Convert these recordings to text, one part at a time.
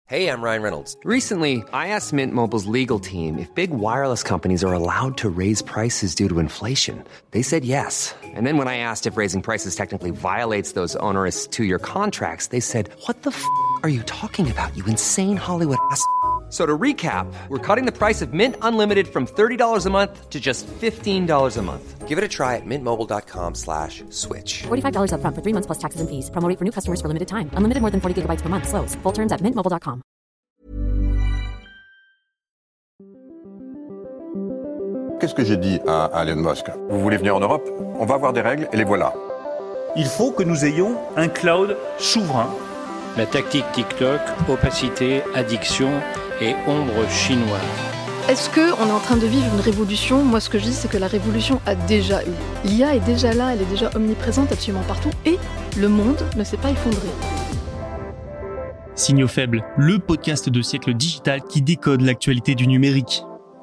Hey, I'm Ryan Reynolds. Recently, I asked Mint Mobile's legal team if big wireless companies are allowed to raise prices due to inflation. They said yes. And then when I asked if raising prices technically violates those onerous two-year contracts, they said, "What the f*** are you talking about, you insane Hollywood ass?" So to recap, we're cutting the price of Mint Unlimited from $30 a month to just $15 a month. Give it a try at mintmobile.com/switch. $45 up front for 3 months plus taxes and fees. Promo rate for new customers for limited time. Unlimited more than 40 gigabytes per month. Slows full terms at mintmobile.com. Qu'est-ce que j'ai dit à Elon Musk ? Vous voulez venir en Europe ? On va avoir des règles et les voilà. Il faut que nous ayons un cloud souverain. La tactique TikTok, opacité, addiction et ombre chinoise. Est-ce qu'on est en train de vivre une révolution ? Moi, ce que je dis, c'est que la révolution a déjà eu. L'IA est déjà là, elle est déjà omniprésente absolument partout, et le monde ne s'est pas effondré. Signaux faibles, le podcast de siècle digital qui décode l'actualité du numérique.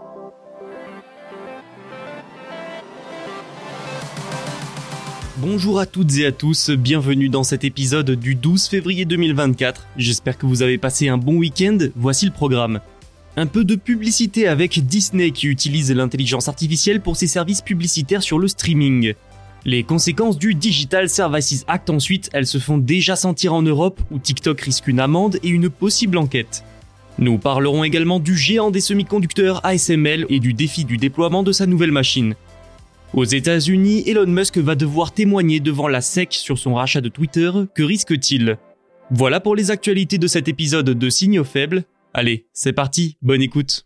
Bonjour à toutes et à tous, bienvenue dans cet épisode du 12 février 2024. J'espère que vous avez passé un bon week-end, voici le programme. Un peu de publicité avec Disney qui utilise l'intelligence artificielle pour ses services publicitaires sur le streaming. Les conséquences du Digital Services Act ensuite, elles se font déjà sentir en Europe où TikTok risque une amende et une possible enquête. Nous parlerons également du géant des semi-conducteurs ASML et du défi du déploiement de sa nouvelle machine. Aux États-Unis, Elon Musk va devoir témoigner devant la SEC sur son rachat de Twitter. Que risque-t-il ? Voilà pour les actualités de cet épisode de Signaux faibles. Allez, c'est parti, bonne écoute.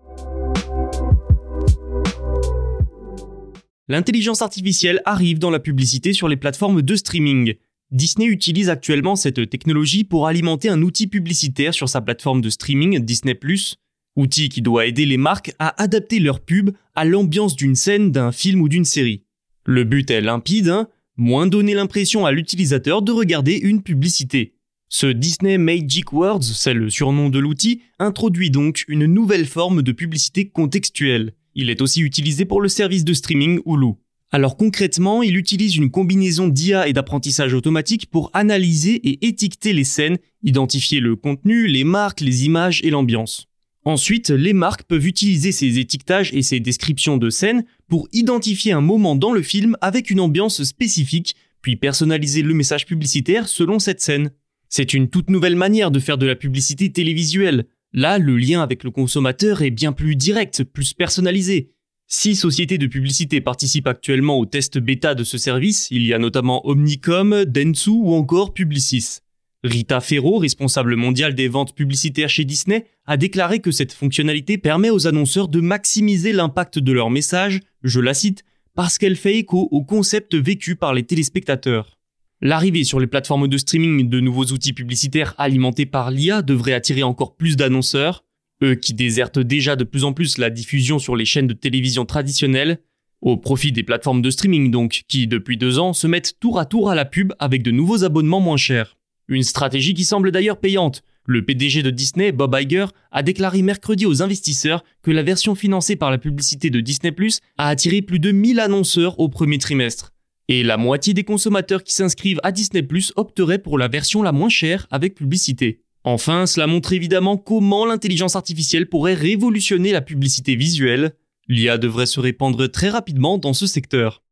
L'intelligence artificielle arrive dans la publicité sur les plateformes de streaming. Disney utilise actuellement cette technologie pour alimenter un outil publicitaire sur sa plateforme de streaming Disney+, outil qui doit aider les marques à adapter leurs pubs à l'ambiance d'une scène, d'un film ou d'une série. Le but est limpide, moins donner l'impression à l'utilisateur de regarder une publicité. Ce Disney Magic Words, c'est le surnom de l'outil, introduit donc une nouvelle forme de publicité contextuelle. Il est aussi utilisé pour le service de streaming Hulu. Alors concrètement, il utilise une combinaison d'IA et d'apprentissage automatique pour analyser et étiqueter les scènes, identifier le contenu, les marques, les images et l'ambiance. Ensuite, les marques peuvent utiliser ces étiquetages et ces descriptions de scènes pour identifier un moment dans le film avec une ambiance spécifique, puis personnaliser le message publicitaire selon cette scène. C'est une toute nouvelle manière de faire de la publicité télévisuelle. Là, le lien avec le consommateur est bien plus direct, plus personnalisé. 6 sociétés de publicité participent actuellement au test bêta de ce service. Il y a notamment Omnicom, Dentsu ou encore Publicis. Rita Ferro, responsable mondiale des ventes publicitaires chez Disney, a déclaré que cette fonctionnalité permet aux annonceurs de maximiser l'impact de leur message, je la cite, parce qu'elle fait écho au concept vécu par les téléspectateurs. L'arrivée sur les plateformes de streaming de nouveaux outils publicitaires alimentés par l'IA devrait attirer encore plus d'annonceurs, eux qui désertent déjà de plus en plus la diffusion sur les chaînes de télévision traditionnelles, au profit des plateformes de streaming donc, qui depuis 2 ans se mettent tour à tour à la pub avec de nouveaux abonnements moins chers. Une stratégie qui semble d'ailleurs payante. Le PDG de Disney, Bob Iger, a déclaré mercredi aux investisseurs que la version financée par la publicité de Disney+, a attiré plus de 1000 annonceurs au premier trimestre. Et la moitié des consommateurs qui s'inscrivent à Disney+ opteraient pour la version la moins chère avec publicité. Enfin, cela montre évidemment comment l'intelligence artificielle pourrait révolutionner la publicité visuelle. L'IA devrait se répandre très rapidement dans ce secteur.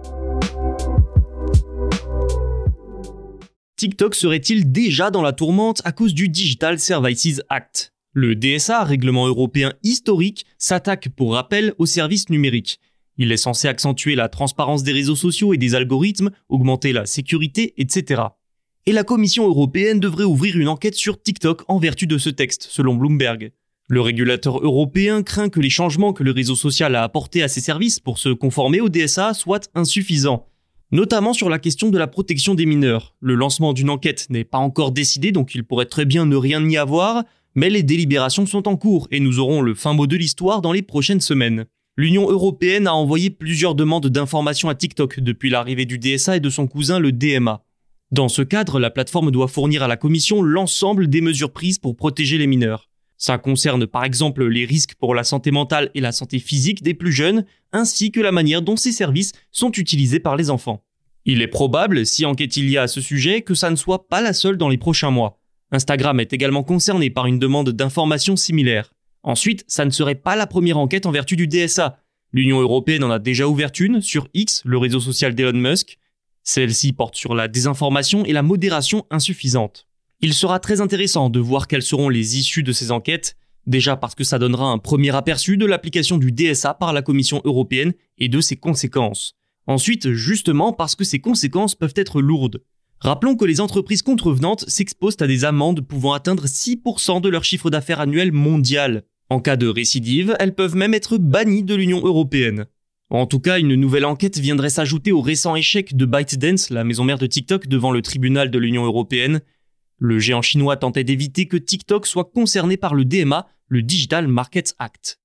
TikTok serait-il déjà dans la tourmente à cause du Digital Services Act ? Le DSA, règlement européen historique, s'attaque pour rappel aux services numériques. Il est censé accentuer la transparence des réseaux sociaux et des algorithmes, augmenter la sécurité, etc. Et la Commission européenne devrait ouvrir une enquête sur TikTok en vertu de ce texte, selon Bloomberg. Le régulateur européen craint que les changements que le réseau social a apportés à ses services pour se conformer au DSA soient insuffisants. Notamment sur la question de la protection des mineurs. Le lancement d'une enquête n'est pas encore décidé, donc il pourrait très bien ne rien y avoir, mais les délibérations sont en cours et nous aurons le fin mot de l'histoire dans les prochaines semaines. L'Union européenne a envoyé plusieurs demandes d'informations à TikTok depuis l'arrivée du DSA et de son cousin le DMA. Dans ce cadre, la plateforme doit fournir à la Commission l'ensemble des mesures prises pour protéger les mineurs. Ça concerne par exemple les risques pour la santé mentale et la santé physique des plus jeunes, ainsi que la manière dont ces services sont utilisés par les enfants. Il est probable, si enquête il y a à ce sujet, que ça ne soit pas la seule dans les prochains mois. Instagram est également concerné par une demande d'informations similaire. Ensuite, ça ne serait pas la première enquête en vertu du DSA. L'Union européenne en a déjà ouvert une sur X, le réseau social d'Elon Musk. Celle-ci porte sur la désinformation et la modération insuffisante. Il sera très intéressant de voir quelles seront les issues de ces enquêtes, déjà parce que ça donnera un premier aperçu de l'application du DSA par la Commission européenne et de ses conséquences. Ensuite, justement parce que ces conséquences peuvent être lourdes. Rappelons que les entreprises contrevenantes s'exposent à des amendes pouvant atteindre 6% de leur chiffre d'affaires annuel mondial. En cas de récidive, elles peuvent même être bannies de l'Union européenne. En tout cas, une nouvelle enquête viendrait s'ajouter au récent échec de ByteDance, la maison mère de TikTok, devant le tribunal de l'Union européenne. Le géant chinois tentait d'éviter que TikTok soit concerné par le DMA, le Digital Markets Act.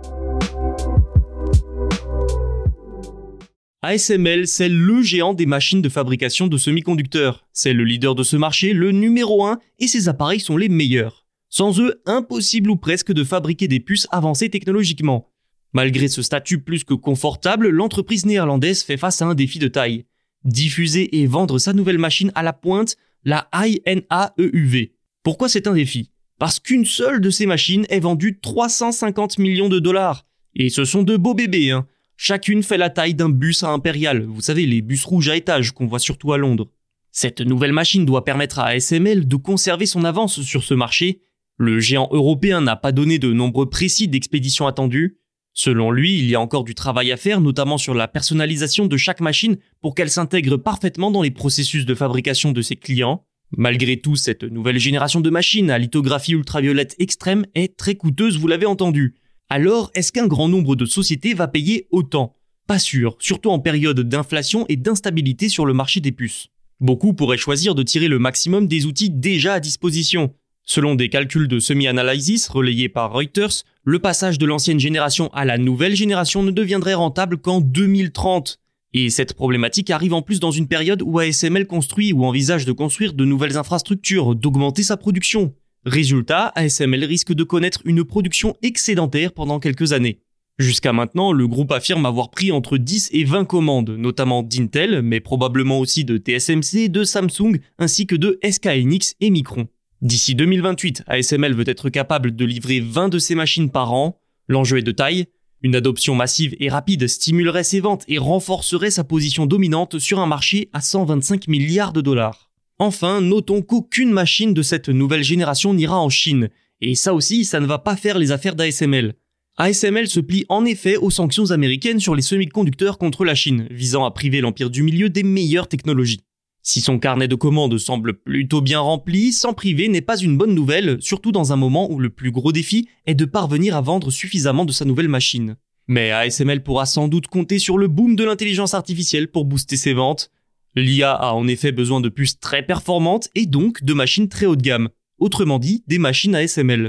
ASML, c'est le géant des machines de fabrication de semi-conducteurs. C'est le leader de ce marché, le numéro 1, et ses appareils sont les meilleurs. Sans eux, impossible ou presque de fabriquer des puces avancées technologiquement. Malgré ce statut plus que confortable, l'entreprise néerlandaise fait face à un défi de taille. Diffuser et vendre sa nouvelle machine à la pointe, la INA-EUV. Pourquoi c'est un défi ? Parce qu'une seule de ces machines est vendue 350 millions de dollars. Et ce sont de beaux bébés, hein. Chacune fait la taille d'un bus à impérial, vous savez, les bus rouges à étages qu'on voit surtout à Londres. Cette nouvelle machine doit permettre à ASML de conserver son avance sur ce marché. Le géant européen n'a pas donné de nombre précis d'expéditions attendues. Selon lui, il y a encore du travail à faire, notamment sur la personnalisation de chaque machine pour qu'elle s'intègre parfaitement dans les processus de fabrication de ses clients. Malgré tout, cette nouvelle génération de machines à lithographie ultraviolette extrême est très coûteuse, vous l'avez entendu. Alors, est-ce qu'un grand nombre de sociétés va payer autant ? Pas sûr, surtout en période d'inflation et d'instabilité sur le marché des puces. Beaucoup pourraient choisir de tirer le maximum des outils déjà à disposition. Selon des calculs de SemiAnalysis relayés par Reuters, le passage de l'ancienne génération à la nouvelle génération ne deviendrait rentable qu'en 2030. Et cette problématique arrive en plus dans une période où ASML construit ou envisage de construire de nouvelles infrastructures, d'augmenter sa production. Résultat, ASML risque de connaître une production excédentaire pendant quelques années. Jusqu'à maintenant, le groupe affirme avoir pris entre 10 et 20 commandes, notamment d'Intel, mais probablement aussi de TSMC, de Samsung, ainsi que de SK Hynix et Micron. D'ici 2028, ASML veut être capable de livrer 20 de ces machines par an. L'enjeu est de taille. Une adoption massive et rapide stimulerait ses ventes et renforcerait sa position dominante sur un marché à 125 milliards de dollars. Enfin, notons qu'aucune machine de cette nouvelle génération n'ira en Chine. Et ça aussi, ça ne va pas faire les affaires d'ASML. ASML se plie en effet aux sanctions américaines sur les semi-conducteurs contre la Chine, visant à priver l'empire du milieu des meilleures technologies. Si son carnet de commandes semble plutôt bien rempli, s'en priver n'est pas une bonne nouvelle, surtout dans un moment où le plus gros défi est de parvenir à vendre suffisamment de sa nouvelle machine. Mais ASML pourra sans doute compter sur le boom de l'intelligence artificielle pour booster ses ventes. L'IA a en effet besoin de puces très performantes et donc de machines très haut de gamme. Autrement dit, des machines ASML.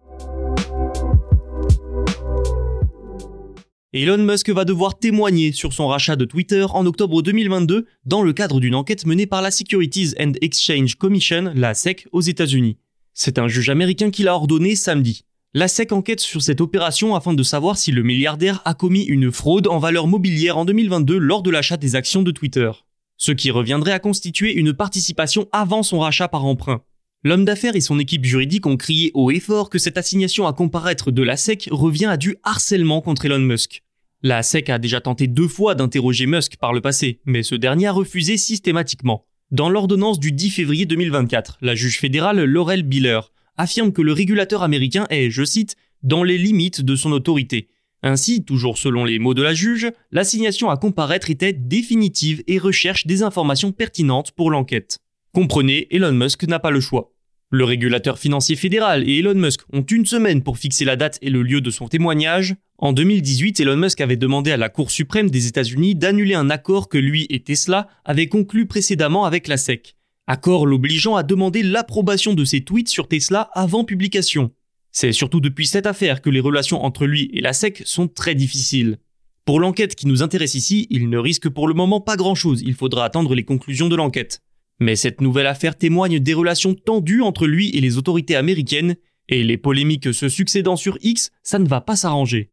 Elon Musk va devoir témoigner sur son rachat de Twitter en octobre 2022 dans le cadre d'une enquête menée par la Securities and Exchange Commission, la SEC, aux États-Unis. C'est un juge américain qui l'a ordonné samedi. La SEC enquête sur cette opération afin de savoir si le milliardaire a commis une fraude en valeur mobilière en 2022 lors de l'achat des actions de Twitter. Ce qui reviendrait à constituer une participation avant son rachat par emprunt. L'homme d'affaires et son équipe juridique ont crié haut et fort que cette assignation à comparaître de la SEC revient à du harcèlement contre Elon Musk. La SEC a déjà tenté 2 fois d'interroger Musk par le passé, mais ce dernier a refusé systématiquement. Dans l'ordonnance du 10 février 2024, la juge fédérale Laurel Biller affirme que le régulateur américain est, je cite, « dans les limites de son autorité ». Ainsi, toujours selon les mots de la juge, l'assignation à comparaître était définitive et recherche des informations pertinentes pour l'enquête. Comprenez, Elon Musk n'a pas le choix. Le régulateur financier fédéral et Elon Musk ont une semaine pour fixer la date et le lieu de son témoignage. En 2018, Elon Musk avait demandé à la Cour suprême des États-Unis d'annuler un accord que lui et Tesla avaient conclu précédemment avec la SEC. Accord l'obligeant à demander l'approbation de ses tweets sur Tesla avant publication. C'est surtout depuis cette affaire que les relations entre lui et la SEC sont très difficiles. Pour l'enquête qui nous intéresse ici, il ne risque pour le moment pas grand-chose, il faudra attendre les conclusions de l'enquête. Mais cette nouvelle affaire témoigne des relations tendues entre lui et les autorités américaines, et les polémiques se succédant sur X, ça ne va pas s'arranger.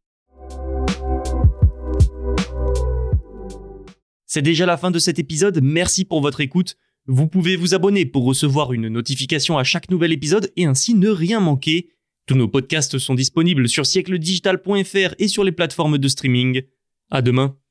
C'est déjà la fin de cet épisode, merci pour votre écoute. Vous pouvez vous abonner pour recevoir une notification à chaque nouvel épisode et ainsi ne rien manquer. Tous nos podcasts sont disponibles sur siècledigital.fr et sur les plateformes de streaming. À demain.